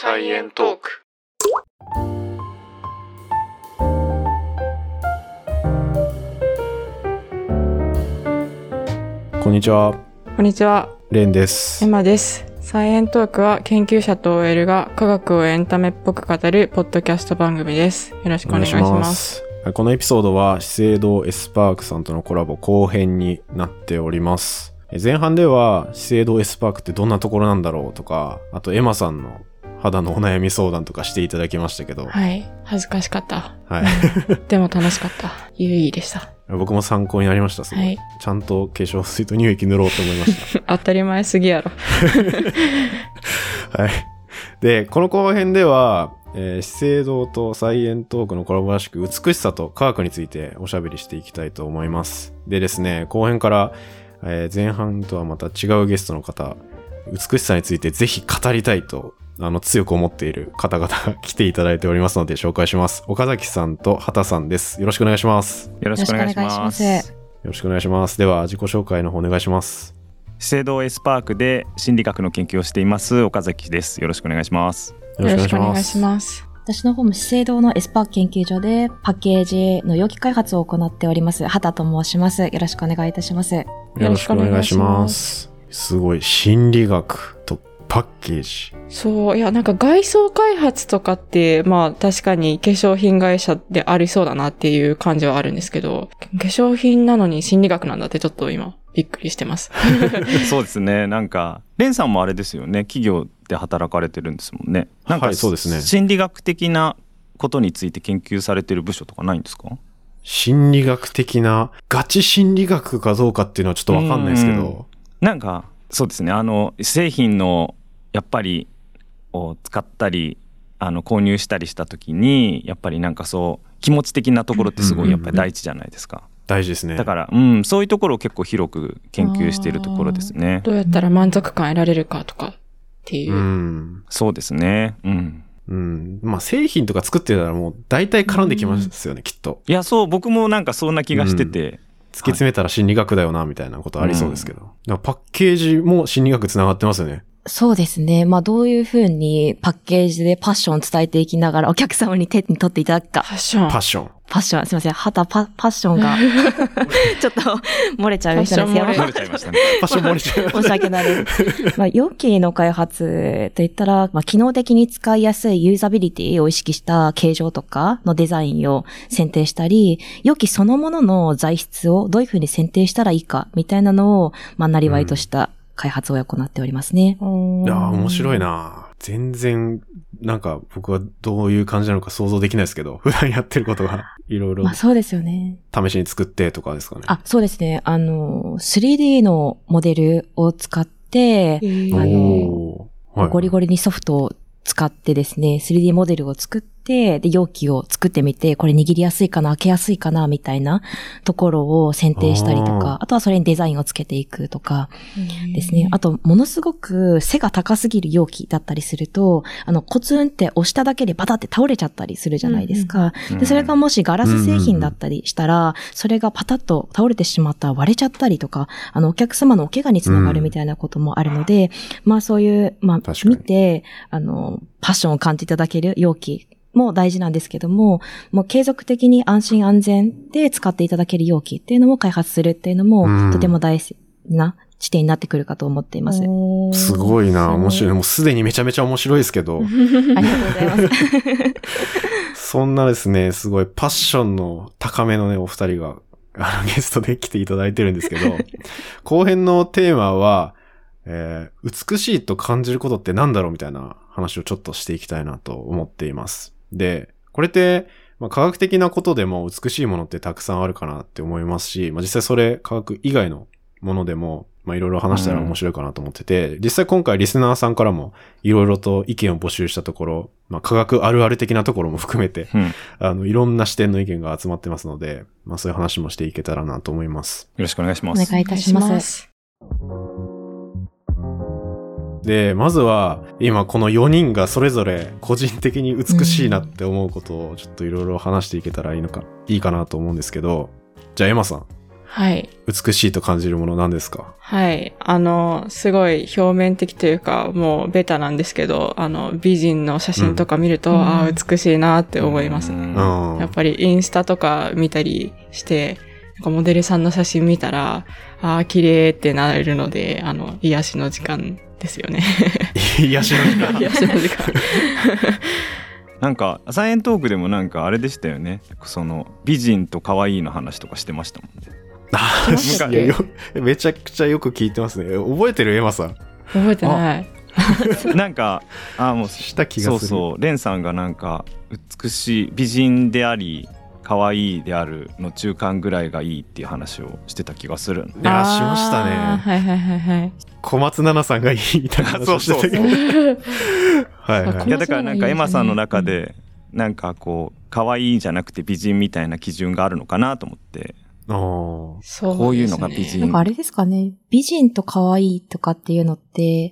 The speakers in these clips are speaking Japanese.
サイエントーク。 こんにちは。 こんにちは。 レンです。 エマです。サイエントークは研究者と OL が科学をエンタメっぽく語るポッドキャスト番組です。よろしくお願いします。 このエピソードは資生堂エスパークさんとのコラボ後編になっております。前半では資生堂エスパークってどんなところなんだろうとか、あとエマさんの肌のお悩み相談とかしていただきましたけど、 はい、恥ずかしかった。 はい、 でも楽しかった。有意義でした。 僕も参考になりました。すごい、はい、ちゃんと化粧水と乳液塗ろうと思いました。 当たり前すぎやろ。 はい。で、この後編では、資生堂とサイエントークのコラボらしく美しさと科学についておしゃべりしていきたいと思います。でですね、後編から、前半とはまた違うゲストの方、美しさについてぜひ語りたいと強く思っている方々が来ていただいておりますので紹介します。岡崎さんと畑さんです。よろしくお願いします。 よろしくお願いします。 よろしくお願いします。では自己紹介の方お願いします。 資生堂エスパークで心理学の研究をしています岡崎です。よろしくお願いします。 よろしくお願いします。 私の方も資生堂のエスパーク研究所でパッケージの容器開発を行っております畑と申します。よろしくお願いいたします。よろしくお願いします。すごい心理学とパッケージ。 そう、いやなんか外装開発とかってまあ確かに化粧品会社でありそうだなっていう感じはあるんですけど、化粧品なのに心理学なんだってちょっと今びっくりしてます。 そうですね。なんかレンさんもあれですよね。企業で働かれてるんですもんね。なんか、はい、そうですね。心理学的なことについて研究されてる部署とかないんですか？ 心理学的なガチ心理学かどうかっていうのはちょっと分かんないですけど、 なんかそうですね。製品のやっぱりを使ったり購入したりした時にやっぱりなんかそう気持ち的なところってすごいやっぱり大事じゃないですか。 大事ですね。 だから、そういうところを結構広く研究しているところですね。 どうやったら満足感得られるかとかっていう。 そうですね。 まあ製品とか作ってたらもう大体絡んできますよね、きっと。 いや、そう、僕もなんかそんな気がしてて。 突き詰めたら心理学だよな、みたいなことありそうですけど。パッケージも心理学つながってますよね。 そうですね。まあどういうふうにパッケージでパッションを伝えていきながらお客様に手に取っていただくか。 パッション。 すいません。パッションがちょっと漏れちゃいましたね。 漏れちゃいましたね。 パッション漏れちゃいました。 申し訳ないです。まあ容器の開発といったら、まあ機能的に使いやすいユーザビリティを意識した形状とかのデザインを選定したり、容器そのものの材質をどういうふうに選定したらいいかみたいなのをまあなりわいとした開発を行っておりますね。 いやー面白いな。全然なんか僕はどういう感じなのか想像できないですけど、普段やってることがいろいろ。 まあそうですよね。 試しに作ってとかですかね。 そうですね。3D のモデルを使って、ゴリゴリにソフトを使ってですね、3D モデルを作って、で、容器を作ってみて、これ握りやすいかな、開けやすいかな、みたいなところを選定したりとか、あとはそれにデザインをつけていくとかですね。あと、ものすごく背が高すぎる容器だったりすると、コツンって押しただけでバタって倒れちゃったりするじゃないですか。で、それがもしガラス製品だったりしたら、それがパタッと倒れてしまったら割れちゃったりとか、お客様のお怪我につながるみたいなこともあるので、まあそういう、まあ見て、パッションを感じていただける容器も大事なんですけども、もう継続的に安心安全で使っていただける容器っていうのも開発するっていうのも、とても大事な視点になってくるかと思っています。 すごいな、面白い。もうすでにめちゃめちゃ面白いですけど。 ありがとうございます。 そんなですね、すごいパッションの高めのね、お二人がゲストで来ていただいてるんですけど、後編のテーマは、美しいと感じることって何だろうみたいな話をちょっとしていきたいなと思っています。で、これって、科学的なことでも美しいものってたくさんあるかなって思いますし、実際それ科学以外のものでも、いろいろ話したら面白いかなと思ってて、実際今回リスナーさんからもいろいろと意見を募集したところ、科学あるある的なところも含めて、いろんな視点の意見が集まってますので、そういう話もしていけたらなと思います。 よろしくお願いします。 お願いいたします。 で、まずは今この4人がそれぞれ個人的に美しいなって思うことをちょっといろいろ話していけたらいいかなと思うんですけど、じゃあエマさん。 はい。 美しいと感じるものなんですか？ はい。すごい表面的というか、もうベタなんですけど、美人の写真とか見ると、ああ、美しいなって思いますね。やっぱりインスタとか見たりして、なんかモデルさんの写真見たら、ああ、綺麗ってなるので、癒しの時間ですよね。 癒しの時間。 癒しの時間。 なんかサイエントークでもなんかあれでしたよね。その美人と可愛いの話とかしてましたもんね。 めちゃくちゃよく聞いてますね。覚えてるエマさん？ 覚えてない。 なんかもうした気がする。 そうレンさんがなんか美しい美人であり可愛いであるの中間ぐらいがいいっていう話をしてた気がする。 いやしましたね。 はいはいはいはい。 小松菜奈さんがいいみたいな話をしてたけど。はいはい。 いやだからなんかエマさんの中でなんかこう可愛いじゃなくて美人みたいな基準があるのかなと思って。 そう、 こういうのが美人。 なんかあれですかね。美人と可愛いとかっていうのって、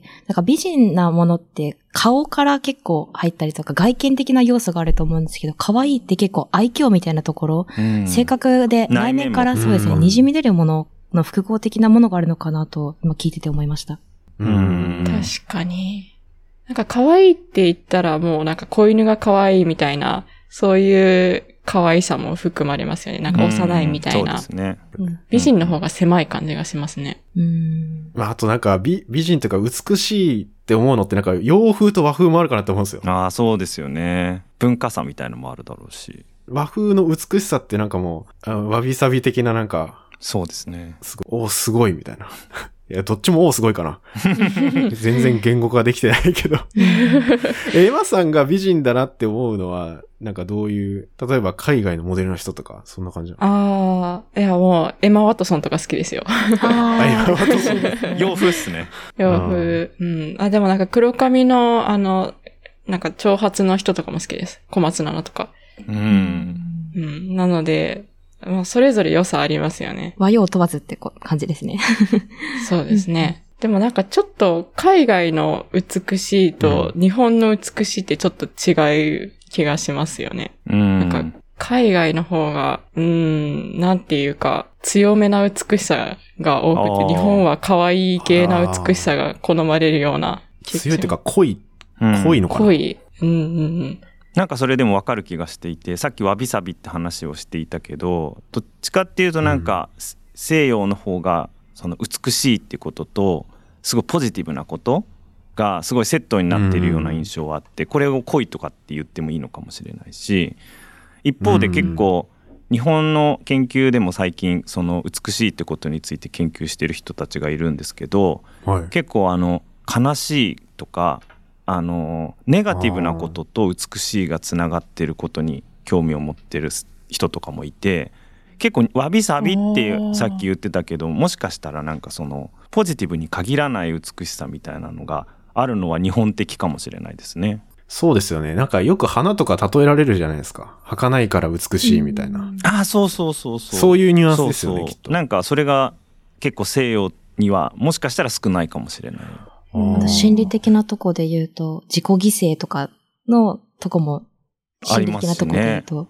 なんか美人なものって顔から結構入ったりとか外見的な要素があると思うんですけど、可愛いって結構愛嬌みたいなところ、性格で内面からそうですね、滲み出るものの複合的なものがあるのかなと今聞いてて思いました。 確かに。なんか可愛いって言ったらもうなんか子犬が可愛いみたいな、そういう可愛さも含まれますよね。なんか幼いみたいな。 そうですね。 美人の方が狭い感じがしますね。 あとなんか美人というか美しいって思うのってなんか洋風と和風もあるかなって思うんですよ。 ああ、そうですよね。文化差みたいなのもあるだろうし。 和風の美しさってなんかもう、わびさび的ななんか。 そうですね。 すごいみたいな。いや、どっちもすごいかな。全然言語化できてないけど。エマさんが美人だなって思うのは、なんかどういう、例えば海外のモデルの人とか、そんな感じなの？ いやもう、エマ・ワトソンとか好きですよ。 エマ・ワトソン。 洋風っすね。 洋風。でもなんか黒髪の、なんか長髪の人とかも好きです。小松菜奈とか。なので、それぞれ良さありますよね。 和洋問わずって感じですね。 そうですね。でもなんかちょっと海外の美しいと日本の美しいってちょっと違う気がしますよね。なんか海外の方が、なんていうか強めな美しさが多くて、日本は可愛い系な美しさが好まれるような気がします。 強いっていうか濃いのかな。 濃い。 なんかそれでもわかる気がしていて、さっきわびさびって話をしていたけど、どっちかっていうとなんか西洋の方がその美しいってこととすごいポジティブなことがすごいセットになっているような印象はあって、これを恋とかって言ってもいいのかもしれないし、一方で結構日本の研究でも最近その美しいってことについて研究してる人たちがいるんですけど、結構悲しいとかネガティブなことと美しいがつながってることに興味を持ってる人とかもいて、結構わびさびってさっき言ってたけど、もしかしたらなんかそのポジティブに限らない美しさみたいなのがあるのは日本的かもしれないですね。 そうですよね。なんかよく花とか例えられるじゃないですか。儚いから美しいみたいな。 そうそういうニュアンスですよね。きっとなんかそれが結構西洋にはもしかしたら少ないかもしれない。 心理的なとこで言うと、自己犠牲とかのとこも、心理的なとこで言うと。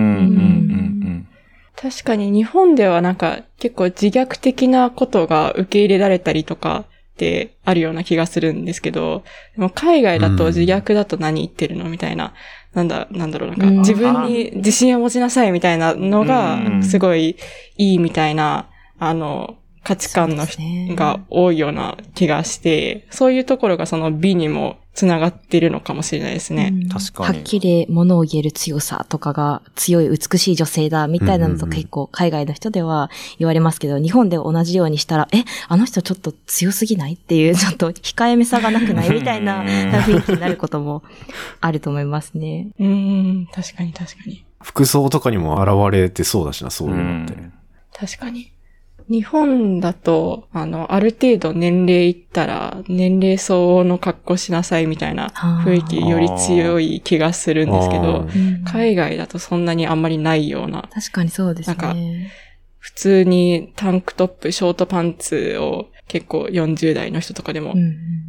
確かに日本ではなんか結構自虐的なことが受け入れられたりとかってあるような気がするんですけど、でも海外だと自虐だと何言ってるのみたいな、なんだろう、なんか自分に自信を持ちなさいみたいなのがすごいいいみたいな、価値観の人が多いような気がして、そういうところがその美にもつながっているのかもしれないですね。 確かに。 はっきり物を言える強さとかが強い美しい女性だみたいなのと結構海外の人では言われますけど、日本で同じようにしたら、あの人ちょっと強すぎないっていうちょっと控えめさがなくないみたいな雰囲気になることもあると思いますね。 確かに確かに。 服装とかにも現れてそうだしな、そういうのって。 確かに。日本だと、ある程度年齢いったら、年齢相応の格好しなさいみたいな雰囲気より強い気がするんですけど、海外だとそんなにあんまりないような。 確かにそうですね。 なんか、普通にタンクトップ、ショートパンツを結構40代の人とかでも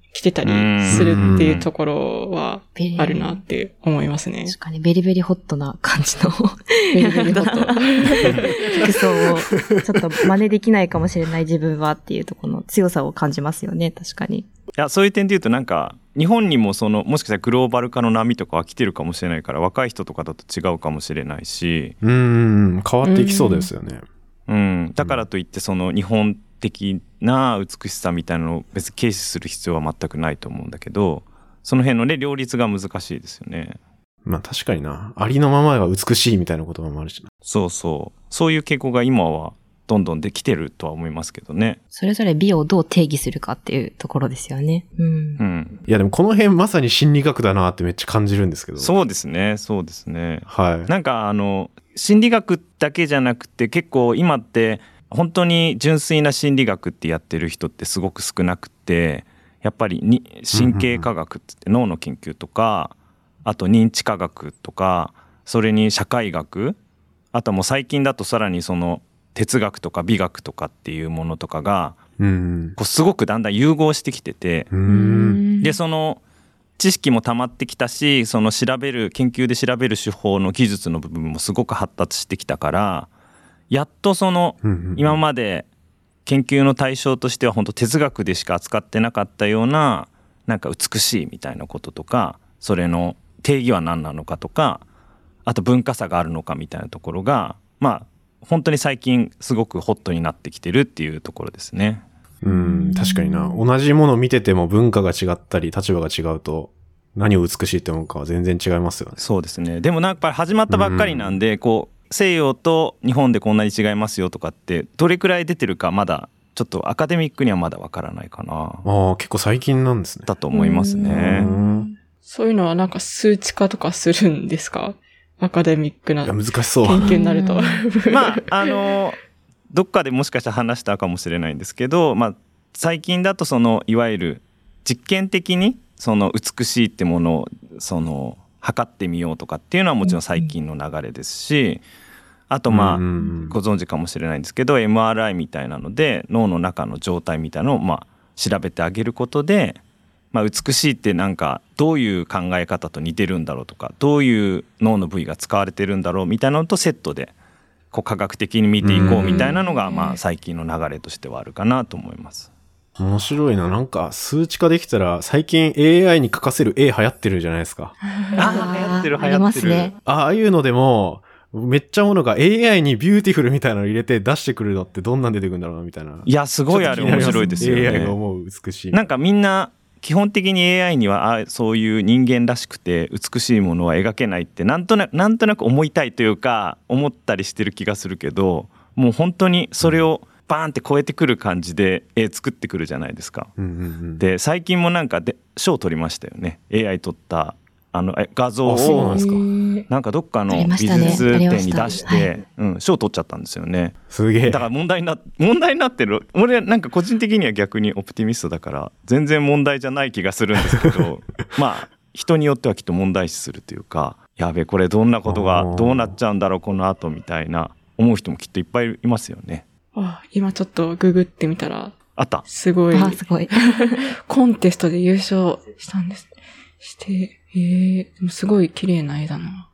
来てたりするっていうところはあるなって思いますね。 確かにベリベリホットな感じのベリベリホット服装をちょっと真似できないかもしれない自分はっていうところの強さを感じますよね。確かに。 いや、そういう点で言うとなんか日本にもそのもしかしたらグローバル化の波とかは来てるかもしれないから、若い人とかだと違うかもしれないし、 変わっていきそうですよね。 だからといってその日本的な美しさみたいなのを別に軽視する必要は全くないと思うんだけど、その辺のね両立が難しいですよね。 まあ確かにな、ありのままが美しいみたいな言葉もあるしな。 そういう傾向が今はどんどんできてるとは思いますけどね。 それぞれ美をどう定義するかっていうところですよね。 いやでもこの辺まさに心理学だなってめっちゃ感じるんですけど。 そうですね。 はい。 なんか心理学だけじゃなくて、結構今って本当に純粋な心理学ってやってる人ってすごく少なくて、やっぱり神経科学って脳の研究とか、あと認知科学とか、それに社会学、あともう最近だとさらにその哲学とか美学とかっていうものとかがこうすごくだんだん融合してきてて、でその知識も溜まってきたし、その研究で調べる手法の技術の部分もすごく発達してきたから、やっとその今まで研究の対象としては本当哲学でしか扱ってなかったような、なんか美しいみたいなこととか、それの定義は何なのかとか、あと文化差があるのかみたいなところが、まあ本当に最近すごくホットになってきてるっていうところですね。 確かにな。同じものを見てても文化が違ったり立場が違うと、何を美しいって思うかは全然違いますよね。 そうですね。でもなんか始まったばっかりなんで、こう西洋と日本でこんなに違いますよとかってどれくらい出てるかまだちょっとアカデミックにはまだわからないかな。 結構最近なんですね。 だと思いますね。 そういうのはなんか数値化とかするんですか？アカデミックな難しそう研究になると。 まあどっかでもしかしたら話したかもしれないんですけど、まあ最近だとそのいわゆる実験的にその美しいってものをその測ってみようとかっていうのはもちろん最近の流れですし、あとまあご存知かもしれないんですけど MRI みたいなので脳の中の状態みたいなのをまあ調べてあげることで、まあ美しいってなんかどういう考え方と似てるんだろうとか、どういう脳の部位が使われてるんだろうみたいなのとセットでこう科学的に見ていこうみたいなのがまあ最近の流れとしてはあるかなと思います。 面白いな。なんか数値化できたら、最近 AI に書かせる絵流行ってるじゃないですか。 流行ってる。 ありますね。 ああいうのでもめっちゃものが AI にビューティフルみたいなの入れて出してくるのってどんなん出てくるんだろうなみたいな。 いやすごいあれ面白いですよね。 AI が思う美しい。 なんかみんな基本的に AI にはそういう人間らしくて美しいものは描けないってなんとなく思いたいというか思ったりしてる気がするけど、もう本当にそれをバーンって超えてくる感じで絵作ってくるじゃないですか。で最近もなんか賞を取りましたよね。 AI 撮った画像をなんかどっかの美術展に出して賞を取っちゃったんですよね。 すげえ。 だから問題になってる。俺なんか個人的には逆にオプティミストだから全然問題じゃない気がするんですけどまあ人によってはきっと問題視するというか、やべえこれどんなことがどうなっちゃうんだろうこの後みたいな思う人もきっといっぱいいますよね。 今ちょっとググってみたらあった。 すごいコンテストで優勝したんです。でもすごい綺麗な絵だな。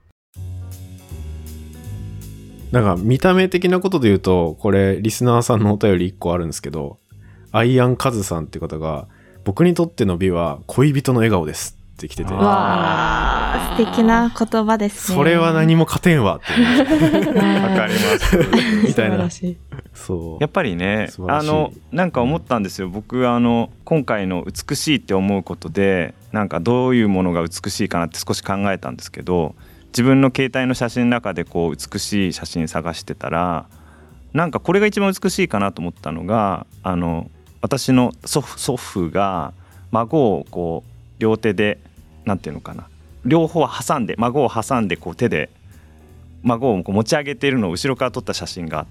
なんか見た目的なことで言うと、これリスナーさんのお便り1個あるんですけど、アイアンカズさんっていう方が、僕にとっての美は恋人の笑顔ですって来てて、 わー素敵な言葉ですね。 それは何も勝てんわってわかりますみたいな。 そうやっぱりね、なんか思ったんですよ。僕今回の美しいって思うことで、なんかどういうものが美しいかなって少し考えたんですけど、自分の携帯の写真の中でこう美しい写真探してたら、なんかこれが一番美しいかなと思ったのが、私の祖父が孫をこう両手でなんていうのかな、両方挟んで孫を挟んでこう手で孫をこう持ち上げているのを後ろから撮った写真があって、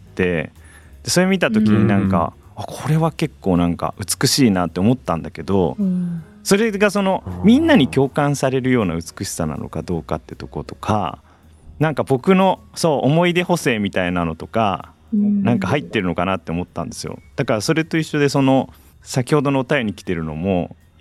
でそれ見た時になんか、これは結構なんか美しいなって思ったんだけど、それがそのみんなに共感されるような美しさなのかどうかってとことか、なんか僕の思い出補正みたいなのとかなんか入ってるのかなって思ったんですよ。だからそれと一緒で、その先ほどのお便りに来てるのも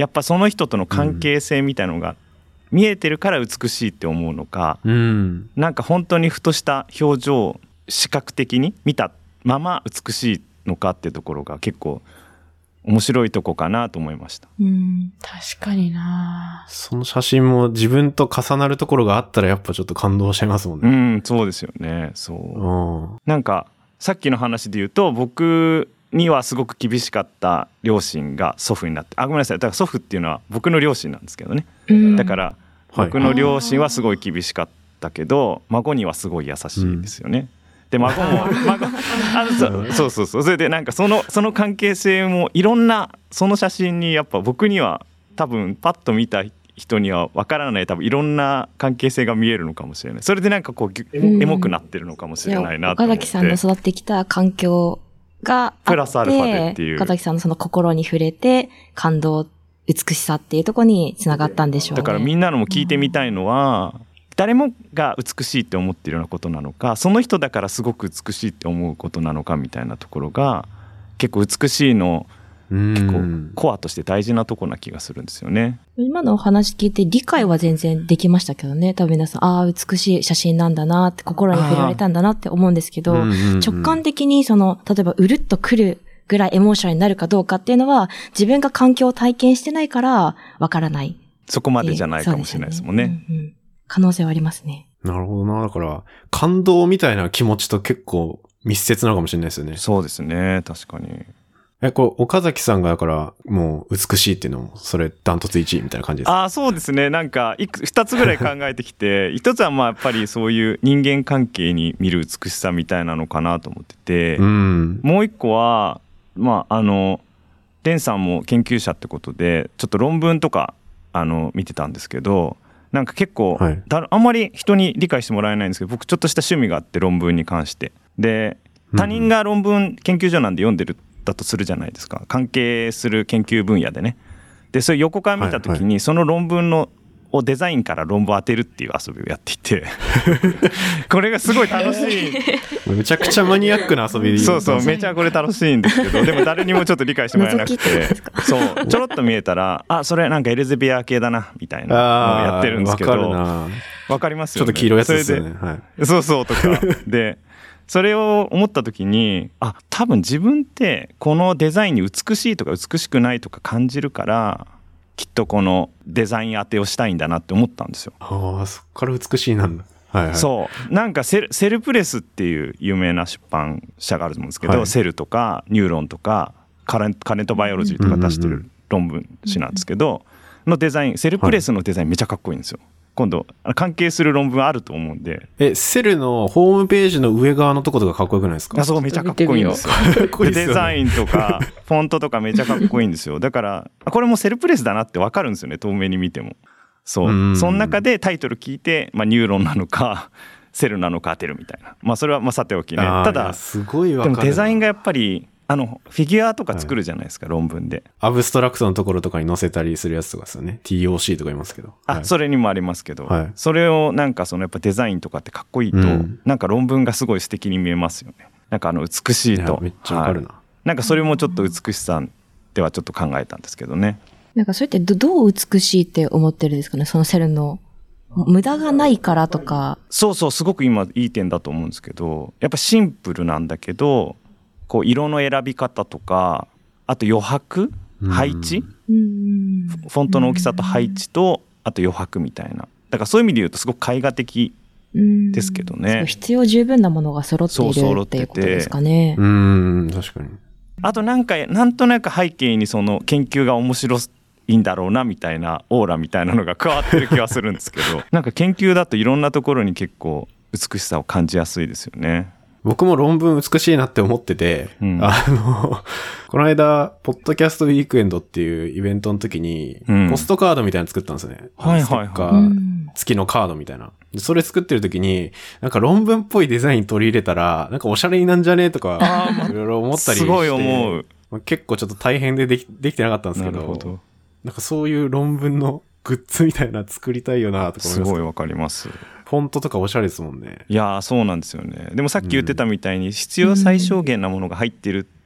やっぱその人との関係性みたいなのが見えてるから美しいって思うのか、なんか本当にふとした表情を視覚的に見たまま美しいのかっていうところが結構面白いとこかなと思いました。 確かにな。 その写真も自分と重なるところがあったらやっぱちょっと感動しちゃいますもんね。 そうですよね。そう。なんかさっきの話で言うと、僕にはすごく厳しかった両親が祖父になって、ごめんなさい。だから祖父っていうのは僕の両親なんですけどね。だから僕の両親はすごい厳しかったけど、孫にはすごい優しいですよね。で孫もそうそれでなんかその関係性もいろんな、その写真にやっぱ僕には多分パッと見た人にはわからない多分いろんな関係性が見えるのかもしれない。それでなんかこうエモくなってるのかもしれないなと思って。 岡崎さんの育ってきた環境があってプラスアルファでっていう、 岡崎さんのその心に触れて感動、美しさっていうところにつながったんでしょうね。 だからみんなのも聞いてみたいのは、誰もが美しいって思ってるようなことなのか、その人だからすごく美しいって思うことなのかみたいなところが結構美しいの結構コアとして大事なところな気がするんですよね。 今のお話聞いて理解は全然できましたけどね。多分皆さん、美しい写真なんだなって、心に触れられたんだなって思うんですけど、直感的に例えばうるっとくるぐらいエモーショナルになるかどうかっていうのは、自分が環境を体験してないからわからない。 そこまでじゃないかもしれないですもんね。 可能性はありますね。 なるほどな。だから感動みたいな気持ちと結構密接なのかもしれないですよね。 そうですね。確かに。 これ岡崎さんがだからもう美しいっていうのもそれダントツ1位みたいな感じですか？ そうですね。なんか2つぐらい考えてきて1つはやっぱりそういう人間関係に見る美しさみたいなのかなと思ってて、もう1個はレンさんも研究者ってことでちょっと論文とか見てたんですけど、なんか結構、あんまり人に理解してもらえないんですけど、僕ちょっとした趣味があって、論文に関してで他人が論文研究所なんで読んでるだとするじゃないですか。関係する研究分野でね。でそれ横から見た時に、その論文をデザインから論文を当てるっていう遊びをやっていてこれがすごい楽しいめちゃくちゃマニアックな遊びそうめちゃこれ楽しいんですけど、でも誰にもちょっと理解してもらえなくてそうちょろっと見えたらそれなんかエルゼビア系だなみたいなのをやってるんですけど、わかりますよね。 ちょっと黄色いやつですよね。 そうとかでそれを思った時に多分自分ってこのデザインに美しいとか美しくないとか感じるからきっとこのデザイン当てをしたいんだなって思ったんですよ。 そっから美しいなんだ。 そうなんかセルプレスっていう有名な出版社があると思うんですけど、セルとかニューロンとかカネットバイオロジーとか出してる論文誌なんですけど、のデザイン、セルプレスのデザインめちゃかっこいいんですよ。今度関係する論文あると思うんで。 セルのホームページの上側のとことかかっこよくないですか？ そうめちゃかっこいいんですよ。デザインとかフォントとかめちゃかっこいいんですよ。だからこれもセルプレスだなってわかるんですよね、遠目に見ても。その中でタイトル聞いて、ニューロンなのかセルなのか当てるみたいな。それはさておきね。ただすごいわかる。 でもデザインがやっぱりフィギュアとか作るじゃないですか、論文で。 アブストラクトのところとかに載せたりするやつとかですよね。TOC とか言いますけど。 それにもありますけど、それをなんかやっぱデザインとかってかっこいいと、なんか論文がすごい素敵に見えますよね。なんか美しいと。 めっちゃわかるな。 なんかそれもちょっと美しさではちょっと考えたんですけどね。 なんかそれってどう美しいって思ってるんですかね、そのセルの。無駄がないからとか。 そうすごく今いい点だと思うんですけど、やっぱシンプルなんだけど、こう色の選び方とか、あと余白、配置、フォントの大きさと配置と、あと余白みたいな。だからそういう意味で言うとすごく絵画的ですけどね。 必要十分なものが揃っているっていうことですかね。 確かに。 あとなんとなく背景にその研究が面白いんだろうなみたいなオーラみたいなのが加わってる気はするんですけどなんか研究だといろんなところに結構美しさを感じやすいですよね。 僕も論文美しいなって思ってて、この間、ポッドキャストウィークエンドっていうイベントの時に、ポストカードみたいなの作ったんですよね。月のカードみたいな。それ作ってる時に、なんか論文っぽいデザイン取り入れたら、なんかおしゃれになんじゃねえとか、いろいろ思ったりして。 すごい思う。 結構ちょっと大変でできてなかったんですけど、なんかそういう論文のグッズみたいな作りたいよなとか思います。 すごいわかります。 フォントとかおしゃれですもんね。 いやそうなんですよね。でもさっき言ってたみたいに必要最小限なものが入ってるって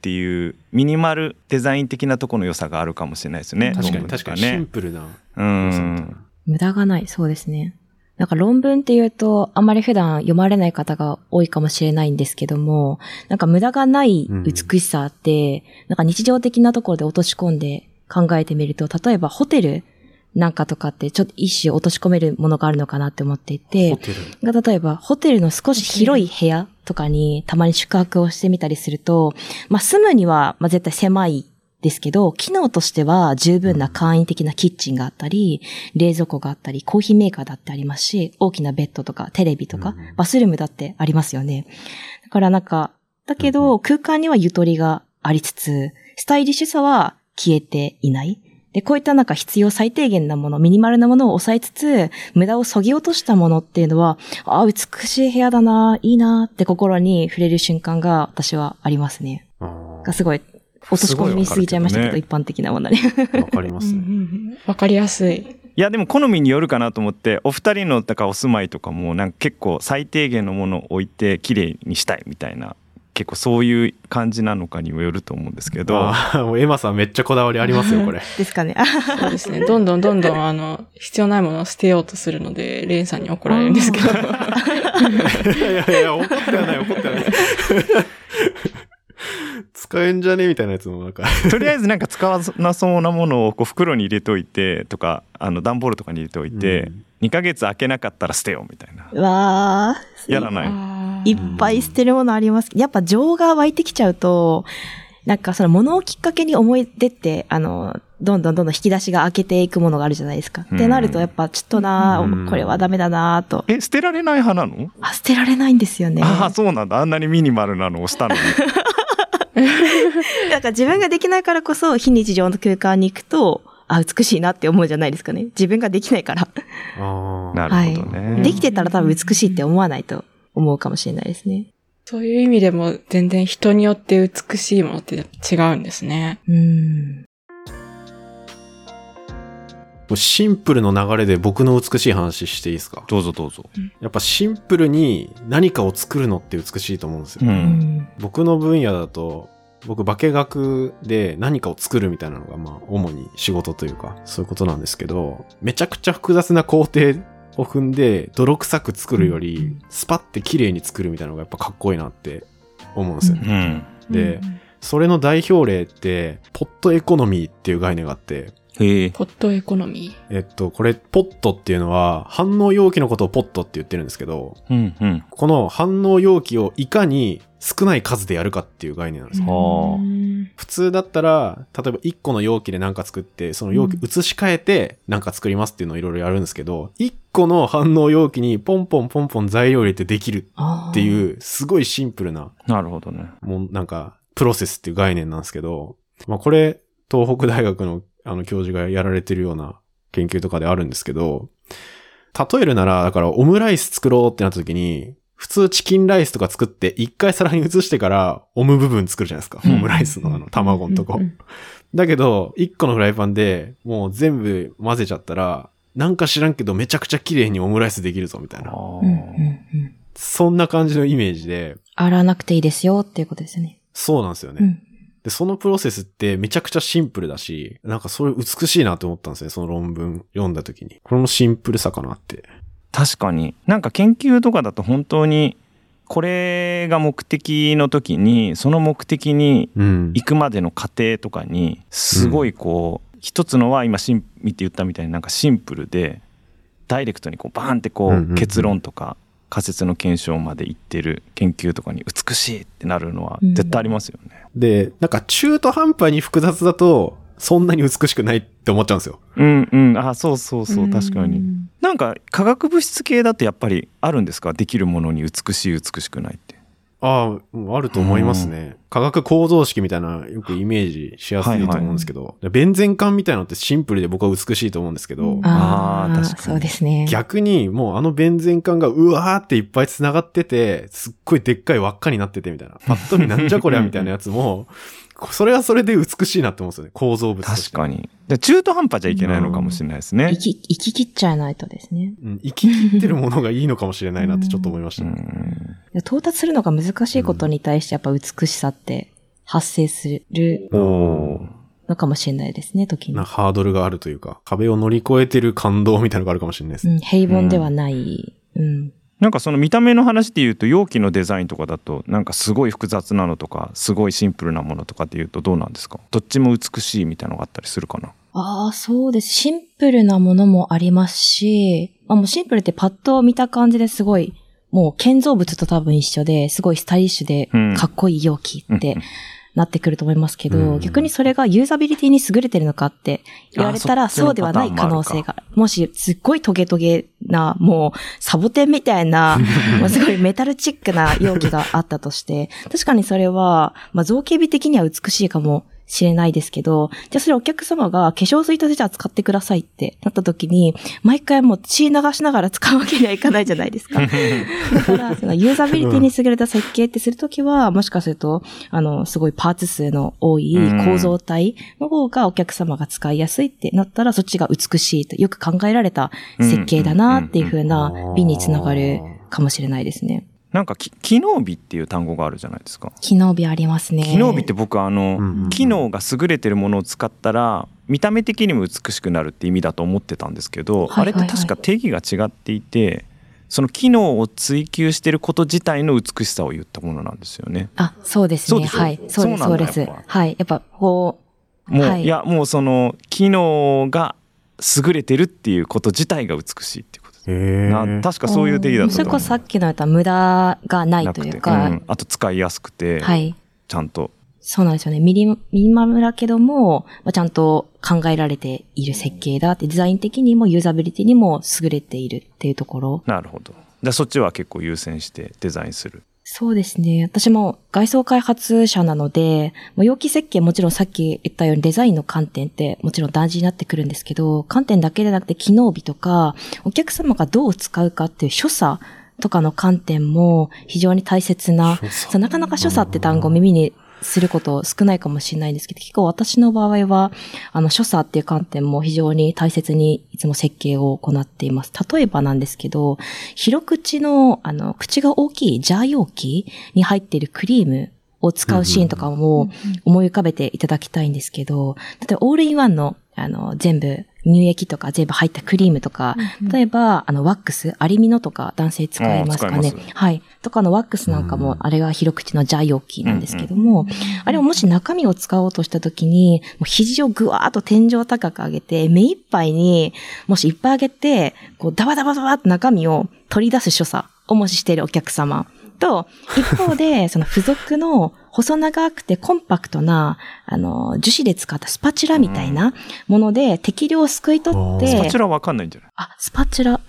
っていうミニマルデザイン的なところの良さがあるかもしれないですね。 確かにシンプルな。 無駄がない。そうですね。なんか論文っていうと、あまり普段読まれない方が多いかもしれないんですけども、なんか無駄がない美しさって、なんか日常的なところで落とし込んで考えてみると、例えばホテルなんかとかってちょっと一種落とし込めるものがあるのかなって思っていて、例えばホテルの少し広い部屋とかにたまに宿泊をしてみたりすると、まあ住むには絶対狭いですけど、機能としては十分な簡易的なキッチンがあったり、冷蔵庫があったり、コーヒーメーカーだってありますし、大きなベッドとかテレビとか、バスルームだってありますよね。だからなんか、だけど空間にはゆとりがありつつ、スタイリッシュさは消えていない。で、こういったなんか必要最低限なもの、ミニマルなものを抑えつつ、無駄を削ぎ落としたものっていうのは、美しい部屋だな、いいなって心に触れる瞬間が私はありますね。がすごい、落とし込みすぎちゃいましたけど、一般的なものに。 わかりますね。 わかりやすい。 いやでも好みによるかなと思って、お二人のだからお住まいとかもなんか結構最低限のものを置いて綺麗にしたいみたいな、結構そういう感じなのかにもよると思うんですけど。 もうエマさんめっちゃこだわりありますよこれ。 ですかね。 そうですね。どんどん必要ないものを捨てようとするので、レンさんに怒られるんですけど。 いや怒ってはない。使えんじゃねみたいなやつもなんかとりあえずなんか使わなそうなものをこう袋に入れといてとか、段ボールとかに入れておいて、2ヶ月開けなかったら捨てようみたいな。 わー。 やらない。 いっぱい捨てるものあります。やっぱ情が湧いてきちゃうと、なんかその物をきっかけに思い出って、どんどん引き出しが開けていくものがあるじゃないですか。ってなるとやっぱちょっとこれはダメだなと。 捨てられない派なの？ 捨てられないんですよね。 そうなんだ。あんなにミニマルなのをしたのに。 なんか自分ができないからこそ非日常の空間に行くと、美しいなって思うじゃないですかね。自分ができないから。 なるほどね。 できてたら多分美しいって思わないと思うかもしれないですね。 そういう意味でも全然人によって美しいものって違うんですね。 シンプルの流れで僕の美しい話していいですか？ どうぞどうぞ。 やっぱシンプルに何かを作るのって美しいと思うんですよ。僕の分野だと、僕化学で何かを作るみたいなのが主に仕事というかそういうことなんですけど、めちゃくちゃ複雑な工程を踏んで泥臭く作るよりスパッて綺麗に作るみたいなのがやっぱかっこいいなって思うんですよね。で、それの代表例ってポットエコノミーっていう概念があって、 ポットエコノミー。これ、ポットっていうのは、反応容器のことをポットって言ってるんですけど、この反応容器をいかに少ない数でやるかっていう概念なんですよ。普通だったら、例えば1個の容器で何か作って、その容器移し替えて何か作りますっていうのをいろいろやるんですけど、1個の反応容器にポンポン材料入れてできるっていう、すごいシンプルな。 なるほどね。 もうなんか、プロセスっていう概念なんですけど、これ、東北大学の教授がやられてるような研究とかであるんですけど、例えるなら、だからオムライス作ろうってなった時に、普通チキンライスとか作って一回皿に移してからオム部分作るじゃないですか。オムライスの卵のとこ。だけど、一個のフライパンでもう全部混ぜちゃったら、なんか知らんけどめちゃくちゃ綺麗にオムライスできるぞみたいな。そんな感じのイメージで。 洗わなくていいですよっていうことですね。 そうなんですよね。で、そのプロセスってめちゃくちゃシンプルだし、なんかそれ美しいなと思ったんですね、その論文読んだ時に。これもシンプルさかなって。 確かに。なんか研究とかだと本当に、これが目的の時に、その目的に行くまでの過程とかに、すごい一つのは今見て言ったみたいになんかシンプルで、ダイレクトにバーンって結論とか、仮説の検証まで行ってる研究とかに美しいってなるのは絶対ありますよね。 で、なんか中途半端に複雑だとそんなに美しくないって思っちゃうんですよ。 そう確かに。なんか化学物質系だとやっぱりあるんですか？できるものに美しい美しくないって。あると思いますね。化学構造式みたいなよくイメージしやすいと思うんですけど、ベンゼン管みたいなのってシンプルで僕は美しいと思うんですけど、 確かにそうですね。 逆にもうベンゼン管がうわーっていっぱい繋がってて、すっごいでっかい輪っかになっててみたいな、パッと見なんじゃこりゃみたいなやつもそれはそれで美しいなって思うんですよね、構造物として。 確かに。で中途半端じゃいけないのかもしれないですね。 生き切っちゃわないとですね。 生き切ってるものがいいのかもしれないなってちょっと思いましたね。 到達するのが難しいことに対してやっぱ美しさって発生するのかもしれないですね、時に。 ハードルがあるというか、壁を乗り越えてる感動みたいなのがあるかもしれないですね。 平凡ではない。 なんかその見た目の話で言うと、容器のデザインとかだとなんかすごい複雑なのとかすごいシンプルなものとかっていうとどうなんですか？どっちも美しいみたいなのがあったりするかな？ そうです。シンプルなものもありますし、もうシンプルってパッと見た感じですごい、もう建造物と多分一緒ですごいスタイリッシュでかっこいい容器ってなってくると思いますけど、逆にそれがユーザビリティに優れてるのかって言われたらそうではない可能性が。もしすっごいトゲトゲな、もうサボテンみたいな、もうすごいメタルチックな容器があったとして、確かにそれは、造形美的には美しいかもしれないですけど、じゃあそれお客様が化粧水として使ってくださいってなった時に、毎回もう血流しながら使うわけにはいかないじゃないですか。だから、そのユーザビリティに優れた設計ってするときは、もしかすると、すごいパーツ数の多い構造体の方がお客様が使いやすいってなったら、そっちが美しいとよく考えられた設計だなっていう風な美につながるかもしれないですね。 なんか機能美っていう単語があるじゃないですか。 機能美ありますね。 機能美って僕機能が優れてるものを使ったら見た目的にも美しくなるって意味だと思ってたんですけど、あれって確か定義が違っていて、その機能を追求していること自体の美しさを言ったものなんですよね。 そうですね。はい。そうです。はい。やっぱもう、いやもうその機能が優れてるっていうこと自体が美しいっていうこと。確かそういう定義だったと思う。 それこそさっきの言った無駄がないというか、 あと使いやすくて、ちゃんと。 そうなんですよね。ミニマムだけども、ちゃんと考えられている設計だって、デザイン的にもユーザビリティにも優れているっていうところ。 なるほど。じゃあそっちは結構優先してデザインする。 そうですね。私も外装開発者なので、容器設計もちろんさっき言ったようにデザインの観点ってもちろん大事になってくるんですけど、観点だけでなくて機能美とか、お客様がどう使うかっていう所作とかの観点も非常に大切な、なかなか所作って単語を耳にすること少ないかもしれないんですけど、結構私の場合は、所作っていう観点も非常に大切にいつも設計を行っています。例えばなんですけど、広口の、口が大きいジャー容器に入っているクリームを使うシーンとかも思い浮かべていただきたいんですけど、例えばオールインワンの、全部、乳液とか全部入ったクリームとか、例えば、ワックス、アリミノとか男性使いますかね。はい。とかのワックスなんかも、あれが広口のジャー容器なんですけども、あれをもし中身を使おうとしたときに、もう肘をぐわーっと天井高く上げて、目いっぱいに、もしいっぱい上げて、こう、ダバダバダバって中身を取り出す所作をもししているお客様と、一方で、その付属の細長くてコンパクトな、樹脂で使ったスパチュラみたいなもので適量をすくい取って。 スパチュラわかんないんじゃない？ スパチュラ、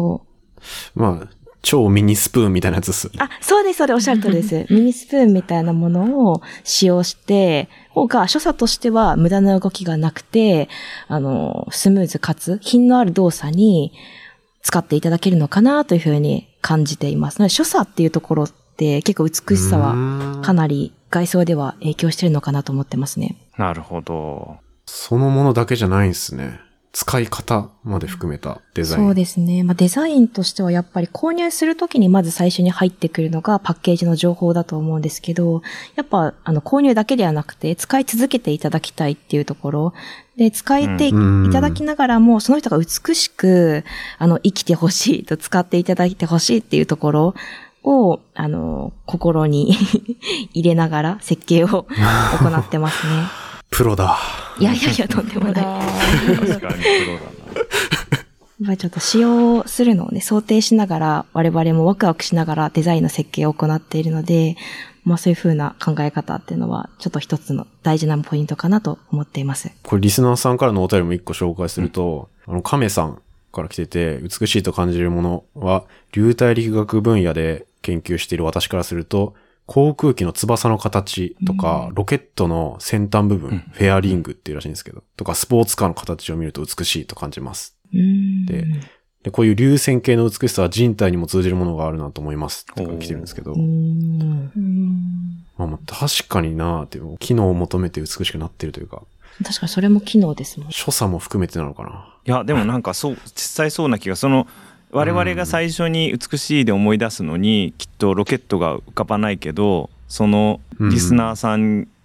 超ミニスプーンみたいなやつです。 そうです、おっしゃる通りです。ミニスプーンみたいなものを使用して、方が所作としては無駄な動きがなくて、スムーズかつ品のある動作に使っていただけるのかなというふうに感じています。なので所作っていうところって結構美しさはかなり外装では影響してるのかなと思ってますね。 なるほど。 そのものだけじゃないんですね。使い方まで含めたデザイン。 そうですね。デザインとしてはやっぱり購入するときにまず最初に入ってくるのがパッケージの情報だと思うんですけど、やっぱ購入だけではなくて使い続けていただきたいっていうところで、使っていただきながらもその人が美しく生きてほしいと、使っていただいてほしいっていうところを心に入れながら設計を行ってますね。 プロだ。 いや、とんでもない。 確かにプロだな。 ちょっと使用するのをね、想定しながら、我々もワクワクしながらデザインの設計を行っているので、そういう風な考え方っていうのは、ちょっと一つの大事なポイントかなと思っています。 これリスナーさんからのお便りも一個紹介すると、亀さんから来てて、美しいと感じるものは、流体力学分野で研究している私からすると、航空機の翼の形とか、ロケットの先端部分、フェアリングっていうらしいんですけど、とかスポーツカーの形を見ると美しいと感じます。で、こういう流線形の美しさは人体にも通じるものがあるなと思いますって来てるんですけど。確かになーって、機能を求めて美しくなってるというか。 確かにそれも機能ですもん。 所作も含めてなのかな。 いや、でもなんか実際そうな気が、我々が最初に美しいで思い出すのに、きっとロケットが浮かばないけど、そのリスナーさん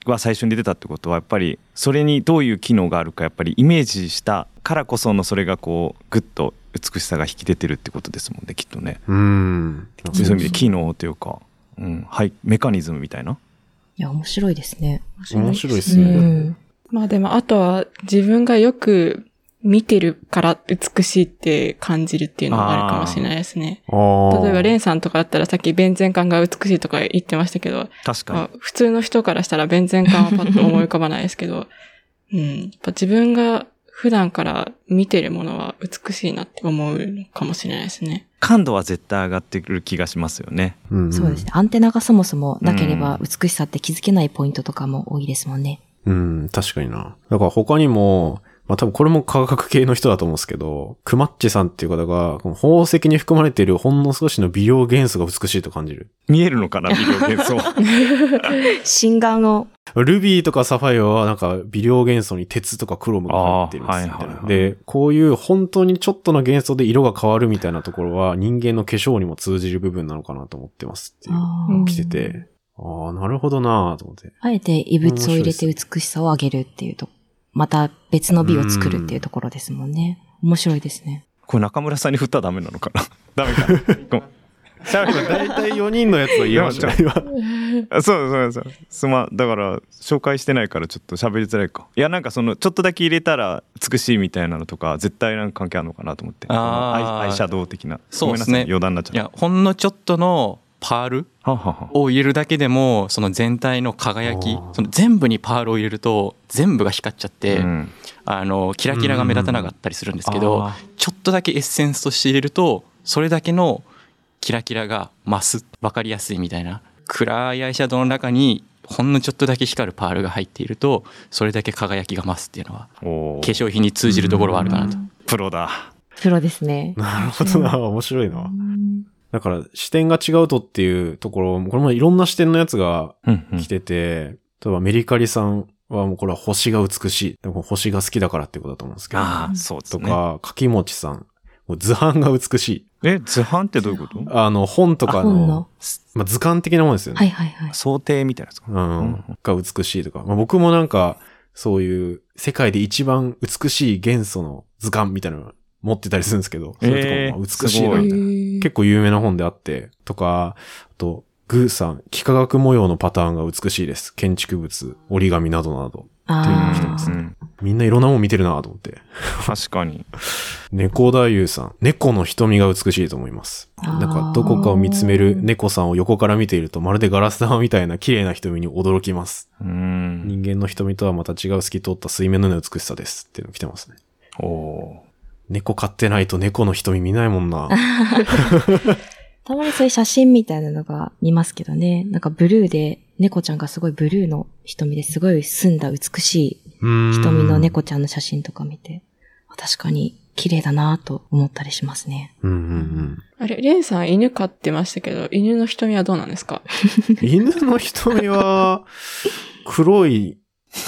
は最初に出てたってことはやっぱりそれにどういう機能があるかやっぱりイメージしたからこそのそれがこうグッと美しさが引き出てるってことですもんねきっとね。そういう意味で機能というか、はい、メカニズムみたいな。 いや面白いですね。 面白いですね。 まあでもあとは自分がよく見てるから美しいって感じるっていうのもあるかもしれないですね。例えばレンさんとかだったらさっき弁前感が美しいとか言ってましたけど、 確かに、 まあ、普通の人からしたら弁前感はパッと思い浮かばないですけど、やっぱ自分が普段から見てるものは美しいなって思うのかもしれないですね。 感度は絶対上がってくる気がしますよね。 そうですね。アンテナがそもそもなければ美しさって気づけないポイントとかも多いですもんね。 確かにな。だから他にも、まあ多分これも科学系の人だと思うんですけど、クマッチさんっていう方が、この宝石に含まれているほんの少しの微量元素が美しいと感じる。 見えるのかな、微量元素。 心眼を。 ルビーとかサファイアはなんか微量元素に鉄とかクロムが入ってるんですみたいな。で、こういう本当にちょっとの元素で色が変わるみたいなところは人間の化粧にも通じる部分なのかなと思ってますっていう来てて、なるほどなぁと思って。 あえて異物を入れて美しさを上げるっていうと、また別の美を作るっていうところですもんね。面白いですね。 これ中村さんに振ったらダメなのかな。ダメかな。 だいたい4人のやつを言いました今。 そうだから紹介してないからちょっと喋りづらいか。いやなんかそのちょっとだけ入れたら美しいみたいなのとか絶対なんか関係あるのかなと思って。アイシャドウ的な。 そうですね。 余談になっちゃう。 いやほんのちょっとのパールを入れるだけでもその全体の輝き、その全部にパールを入れると全部が光っちゃって、キラキラが目立たなかったりするんですけど、ちょっとだけエッセンスとして入れるとそれだけのキラキラが増す、分かりやすいみたいな。暗いアイシャドウの中にほんのちょっとだけ光るパールが入っているとそれだけ輝きが増すっていうのは化粧品に通じるところはあるかなと。 プロだ。 プロですね。 なるほどな、面白いな。だから視点が違うとっていうところ、これもいろんな視点のやつが来てて、例えばメリカリさんはもうこれは星が美しい。でも星が好きだからってことだと思うんですけど。 そうですね。 とか、柿持さん。図版が美しい。 図版ってどういうこと？ 本とかの、まあ、図鑑的なものですよね。 はいはいはい。 想定みたいなやつか。 が美しいとか。まあ、僕もなんか、そういう世界で一番美しい元素の図鑑みたいなの持ってたりするんですけど、それとかも美しいなみたいな。結構有名な本であって、とか、あと、グーさん、幾何学模様のパターンが美しいです。建築物、折り紙などなど。っていうのが来てますね。みんないろんなもん見てるなと思って。 確かに。 猫太夫さん。猫の瞳が美しいと思います。なんか、どこかを見つめる猫さんを横から見ていると、まるでガラス玉みたいな綺麗な瞳に驚きます。人間の瞳とはまた違う透き通った水面のような美しさです。っていうの来てますね。猫飼ってないと猫の瞳見ないもんな。 たまにそういう写真みたいなのが見ますけどね。なんかブルーで、猫ちゃんがすごいブルーの瞳ですごい澄んだ美しい瞳の猫ちゃんの写真とか見て、確かに綺麗だなと思ったりしますね。 あれ、レンさん犬飼ってましたけど、犬の瞳はどうなんですか？ 犬の瞳は、黒い、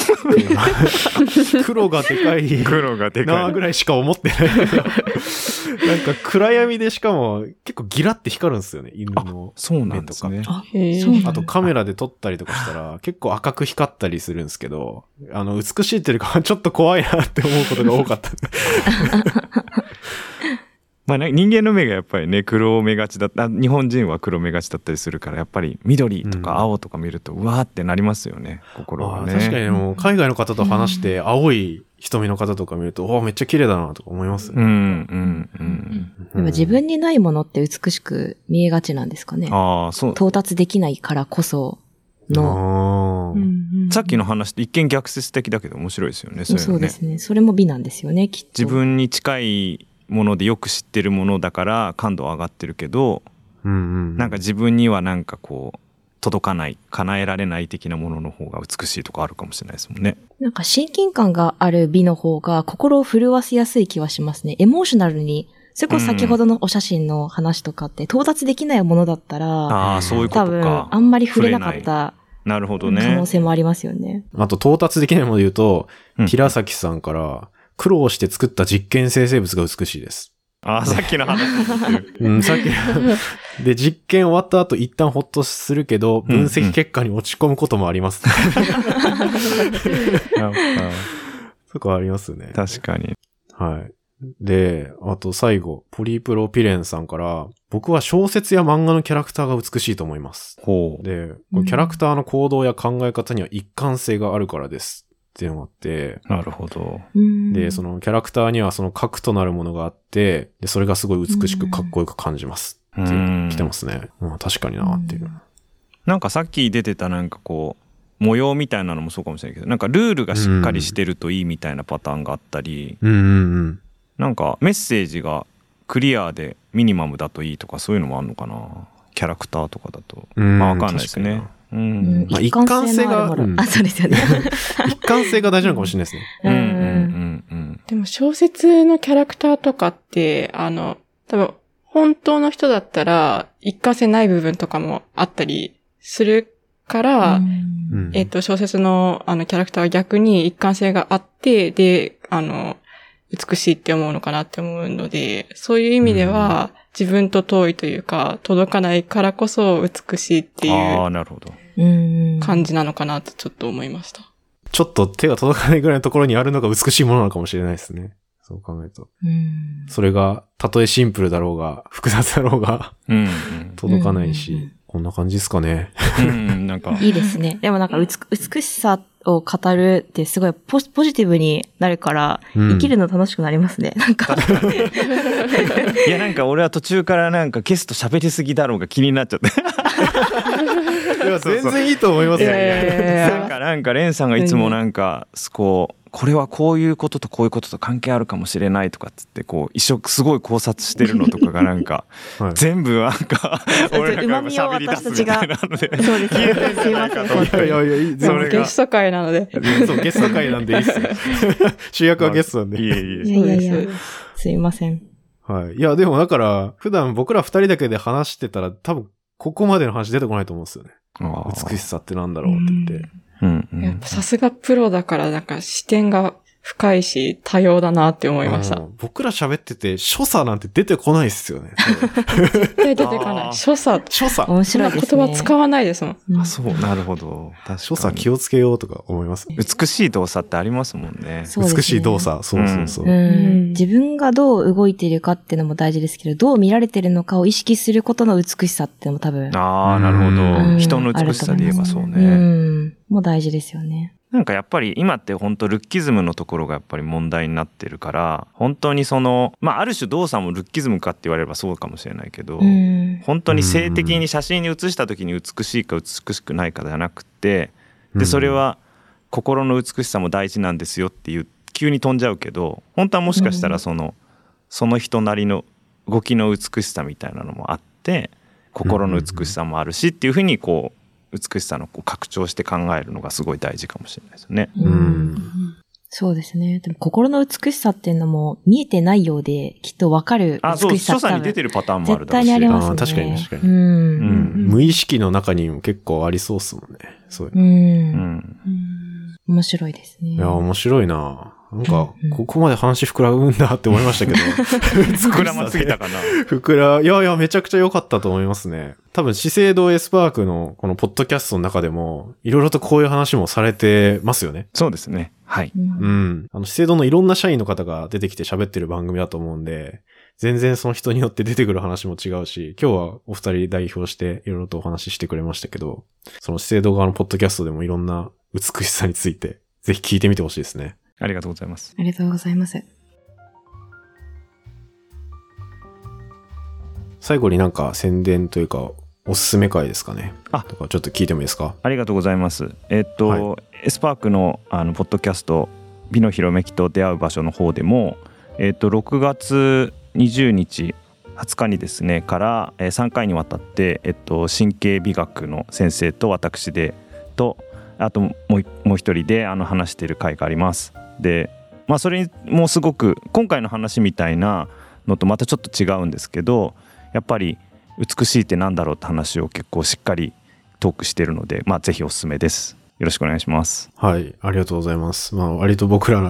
黒がでかい。 黒がでかい。 なぐらいしか思ってないけど。なんか暗闇でしかも結構ギラって光るんですよね、犬の目とか。あとカメラで撮ったりとかしたら結構赤く光ったりするんですけど、美しいっていうかちょっと怖いなって思うことが多かった。 まあ人間の目がやっぱりね黒目がちだった、日本人は黒目がちだったりするからやっぱり緑とか青とか見るとうわーってなりますよね、心がね。 確かにもう海外の方と話して青い瞳の方とか見ると、おーめっちゃ綺麗だなとか思いますね。 でも自分にないものって美しく見えがちなんですかね。 そう。 到達できないからこその。 さっきの話って一見逆説的だけど面白いですよね。 そうですね。それも美なんですよね、きっと。 自分に近いものでよく知ってるものだから感度は上がってるけど、なんか自分にはなんかこう届かない、叶えられない的なものの方が美しいとかあるかもしれないですもんね。 なんか親近感がある美の方が心を震わせやすい気はしますね。エモーショナルに、それこそ先ほどのお写真の話とかって到達できないものだったら、 そういうことか。 多分あんまり触れなかった。 なるほどね。 可能性もありますよね。 あと到達できないもので言うと、平崎さんから苦労して作った実験生成物が美しいです。 さっきの話さっきで、実験終わった後一旦ほっとするけど、分析結果に落ち込むこともあります。そこありますね。 確かに。 はい。で、あと最後、ポリプロピレンさんから、僕は小説や漫画のキャラクターが美しいと思います。で、キャラクターの行動や考え方には一貫性があるからです。っていうのがあって。 なるほど。 で、そのキャラクターにはその核となるものがあって、で、それがすごい美しくかっこよく感じます。って来てますね。確かになっていう。 なんかさっき出てたなんかこう、模様みたいなのもそうかもしれないけど、なんかルールがしっかりしてるといいみたいなパターンがあったり、なんかメッセージがクリアでミニマムだといいとかそういうのもあるのかな、キャラクターとかだと。わかんないですね。 一貫性が、 そうですよね。 一貫性が大事なのかもしれないですね。 でも小説のキャラクターとかって、多分本当の人だったら一貫性ない部分とかもあったりするから、小説のキャラクターは逆に一貫性があって、で、美しいって思うのかなって思うので、そういう意味では、自分と遠いというか、届かないからこそ美しいっていう感じなのかなとちょっと思いました。 ちょっと手が届かないぐらいのところにあるのが美しいものなのかもしれないですね。そう考えると。それが、たとえシンプルだろうが、複雑だろうが、届かないし、こんな感じですかね。 なんかいいですね。でもなんか美しさを語るってすごいポジティブになるから、生きるの楽しくなりますね。なんか。 いやなんか俺は途中からなんかゲスト喋りすぎだろうが気になっちゃって。 いや全然いいと思いますよ。 なんかレンさんがいつもなんかこれはこういうこととこういうことと関係あるかもしれないとかっつってすごい考察してるのとかがなんか全部なんか俺らが喋り出すみたいなので、 そうですね。すいません。 ゲスト会なので。 そうゲスト会なんでいいっす。主役はゲストなんで。 いやすいません。 はい。いやでもだから普段僕ら二人だけで話してたら多分ここまでの話出てこないと思うんですよね。美しさってなんだろうって言って。 やっぱさすがプロだからなんか視点が深いし多様だなって思いました。 僕ら喋ってて所作なんて出てこないっすよね。 絶対出てこない。所作。 面白いですね。 言葉使わないですもん。 そう、なるほど。 所作気をつけようとか思います。 美しい動作ってありますもんね。 美しい動作。そう。 自分がどう動いているかっていうのも大事ですけど、どう見られてるのかを意識することの美しさっていうのも多分。 なるほど。人の美しさで言えばそうね。 もう大事ですよね。 なんかやっぱり今って本当ルッキズムのところがやっぱり問題になってるから、本当にある種動作もルッキズムかって言われればそうかもしれないけど、本当に性的に写真に写した時に美しいか美しくないかじゃなくて、でそれは心の美しさも大事なんですよっていう急に飛んじゃうけど、本当はもしかしたらその人なりの動きの美しさみたいなのもあって、心の美しさもあるしっていうふうに美しさの拡張して考えるのがすごい大事かもしれないですよね。 そうですね。でも心の美しさっていうのも見えてないようできっと分かる美しさって所作に出てるパターンもあるだろうし。 絶対にありますね。 確かに。無意識の中にも結構ありそうっすもんね。そういうの。 面白いですね。 いや、面白いな。なんか、ここまで話膨らむんだって思いましたけど。 膨らますぎたかな。 いや、めちゃくちゃ良かったと思いますね。多分、資生堂エスパークのこのポッドキャストの中でも、いろいろとこういう話もされてますよね。 そうですね。はい。 資生堂のいろんな社員の方が出てきて喋ってる番組だと思うんで、全然その人によって出てくる話も違うし、今日はお二人代表していろいろとお話ししてくれましたけど、その資生堂側のポッドキャストでもいろんな美しさについて、ぜひ聞いてみてほしいですね。 ありがとうございます。 ありがとうございます。 最後になんか宣伝というかおすすめ会ですかね。とかちょっと聞いてもいいですか。 ありがとうございます。エスパークのポッドキャスト美のひらめきと出会う場所の方でも6月20日20日にですねから3回にわたって神経美学の先生と私であともう一人で話している会があります。で、それもすごく今回の話みたいなのとまたちょっと違うんですけど、やっぱり美しいってなんだろうって話を結構しっかりトークしているので、ぜひおすすめです。よろしくお願いします。 はい、ありがとうございます。割と僕ら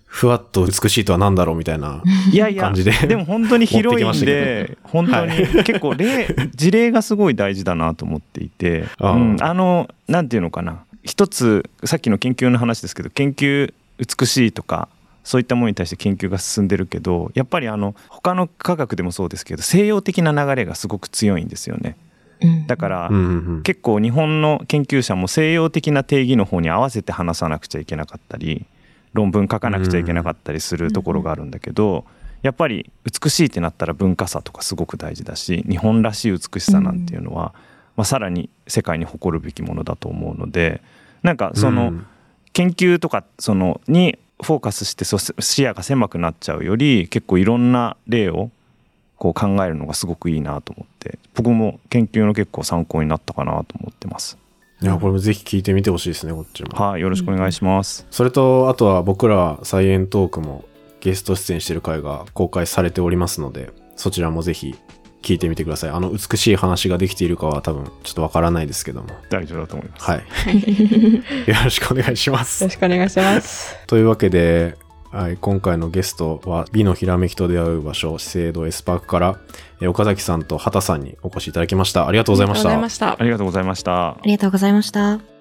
ふわっと美しいとは何だろうみたいな感じで。 でも本当に広いんで、本当に結構事例がすごい大事だなと思っていて、なんていうのかな。一つ、さっきの研究の話ですけど、研究美しいとか、そういったものに対して研究が進んでるけど、やっぱり他の科学でもそうですけど、西洋的な流れがすごく強いんですよね。だから、結構日本の研究者も西洋的な定義の方に合わせて話さなくちゃいけなかったり、論文書かなくちゃいけなかったりするところがあるんだけど、やっぱり美しいってなったら文化差とかすごく大事だし、日本らしい美しさなんていうのは、さらに世界に誇るべきものだと思うので、なんかその研究とかにフォーカスして視野が狭くなっちゃうより、結構いろんな例をこう考えるのがすごくいいなと思って、僕も研究の結構参考になったかなと思ってます。 いや、これもぜひ聞いてみてほしいですね、こっちも。 はい、よろしくお願いします。 それと、あとは僕らサイエントークもゲスト出演してる回が公開されておりますので、そちらもぜひ聞いてみてください。美しい話ができているかは多分ちょっとわからないですけども。 大丈夫だと思います。 はい。よろしくお願いします。 よろしくお願いします。 というわけで、はい、今回のゲストは美のひらめきと出会う場所、資生堂エスパークから岡崎さんと畑さんにお越しいただきました。ありがとうございました。 ありがとうございました。 ありがとうございました。